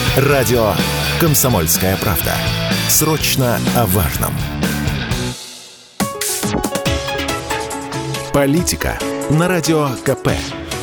Радио «Комсомольская правда». Срочно о важном. Политика на Радио КП.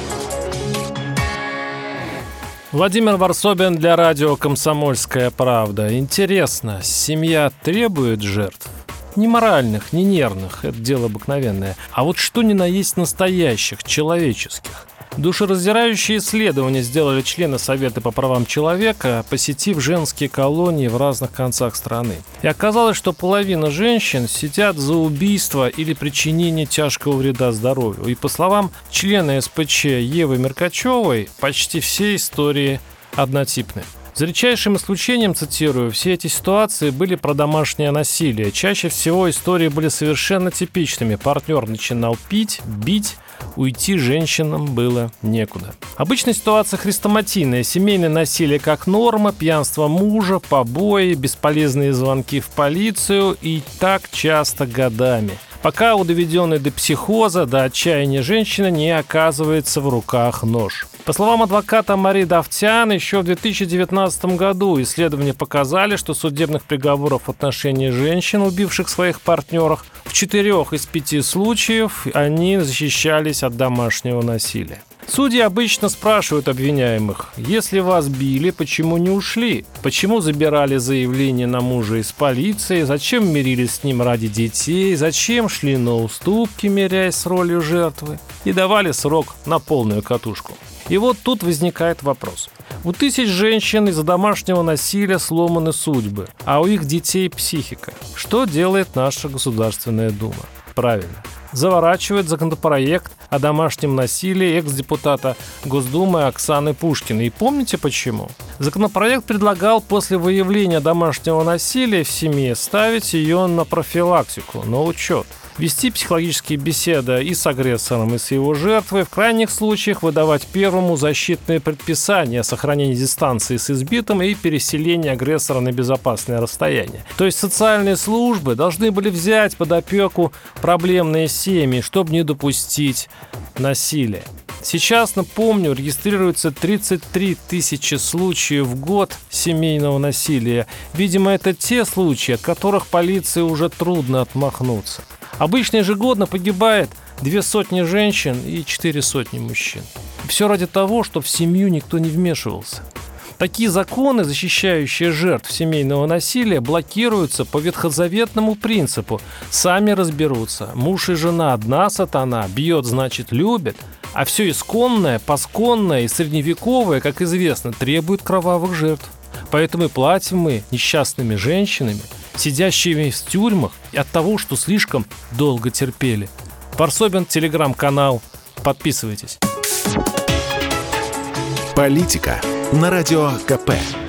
Владимир Варсобин для радио «Комсомольская правда». Интересно, семья требует жертв? Не моральных, не нервных, это дело обыкновенное. А вот что ни на есть настоящих, человеческих. Душераздирающие исследования сделали члены Совета по правам человека, посетив женские колонии в разных концах страны. И оказалось, что половина женщин сидят за убийство или причинение тяжкого вреда здоровью. И по словам члена СПЧ Евы Меркачевой, почти все истории однотипны. За редчайшим исключением, цитирую, все эти ситуации были про домашнее насилие. Чаще всего истории были совершенно типичными. Партнер начинал пить, бить, уйти женщинам было некуда. Обычная ситуация хрестоматийная. Семейное насилие как норма, пьянство мужа, побои, бесполезные звонки в полицию и так часто годами. Пока у доведенной до психоза, до отчаяния женщины не оказывается в руках нож. По словам адвоката Марии Давтян, еще в 2019 году исследования показали, что судебных приговоров в отношении женщин, убивших своих партнеров, в 4 из 5 случаев они защищались от домашнего насилия. Судьи обычно спрашивают обвиняемых: если вас били, почему не ушли? Почему забирали заявление на мужа из полиции? Зачем мирились с ним ради детей? Зачем шли на уступки, миряясь с ролью жертвы? И давали срок на полную катушку. И вот тут возникает вопрос. У тысяч женщин из-за домашнего насилия сломаны судьбы, а у их детей психика. Что делает наша Государственная Дума? Правильно. Заворачивает законопроект о домашнем насилии экс-депутата Госдумы Оксаны Пушкиной. И помните почему? Законопроект предлагал после выявления домашнего насилия в семье ставить ее на профилактику, на учет. Вести психологические беседы и с агрессором, и с его жертвой, в крайних случаях выдавать первому защитные предписания о сохранении дистанции с избитым и переселении агрессора на безопасное расстояние. То есть социальные службы должны были взять под опеку проблемные семьи, чтобы не допустить насилия. Сейчас, напомню, регистрируется 33 тысячи случаев в год семейного насилия. Видимо, это те случаи, от которых полиции уже трудно отмахнуться. Обычно ежегодно погибает 200 женщин и 400 мужчин. Все ради того, чтобы в семью никто не вмешивался. Такие законы, защищающие жертв семейного насилия, блокируются по ветхозаветному принципу. Сами разберутся. Муж и жена одна сатана, бьет, значит, любит. А все исконное, пасконное и средневековое, как известно, требует кровавых жертв. Поэтому и платим мы несчастными женщинами, сидящими в тюрьмах от того, что слишком долго терпели. Варсобин, телеграм-канал. Подписывайтесь. Политика на Радио КП.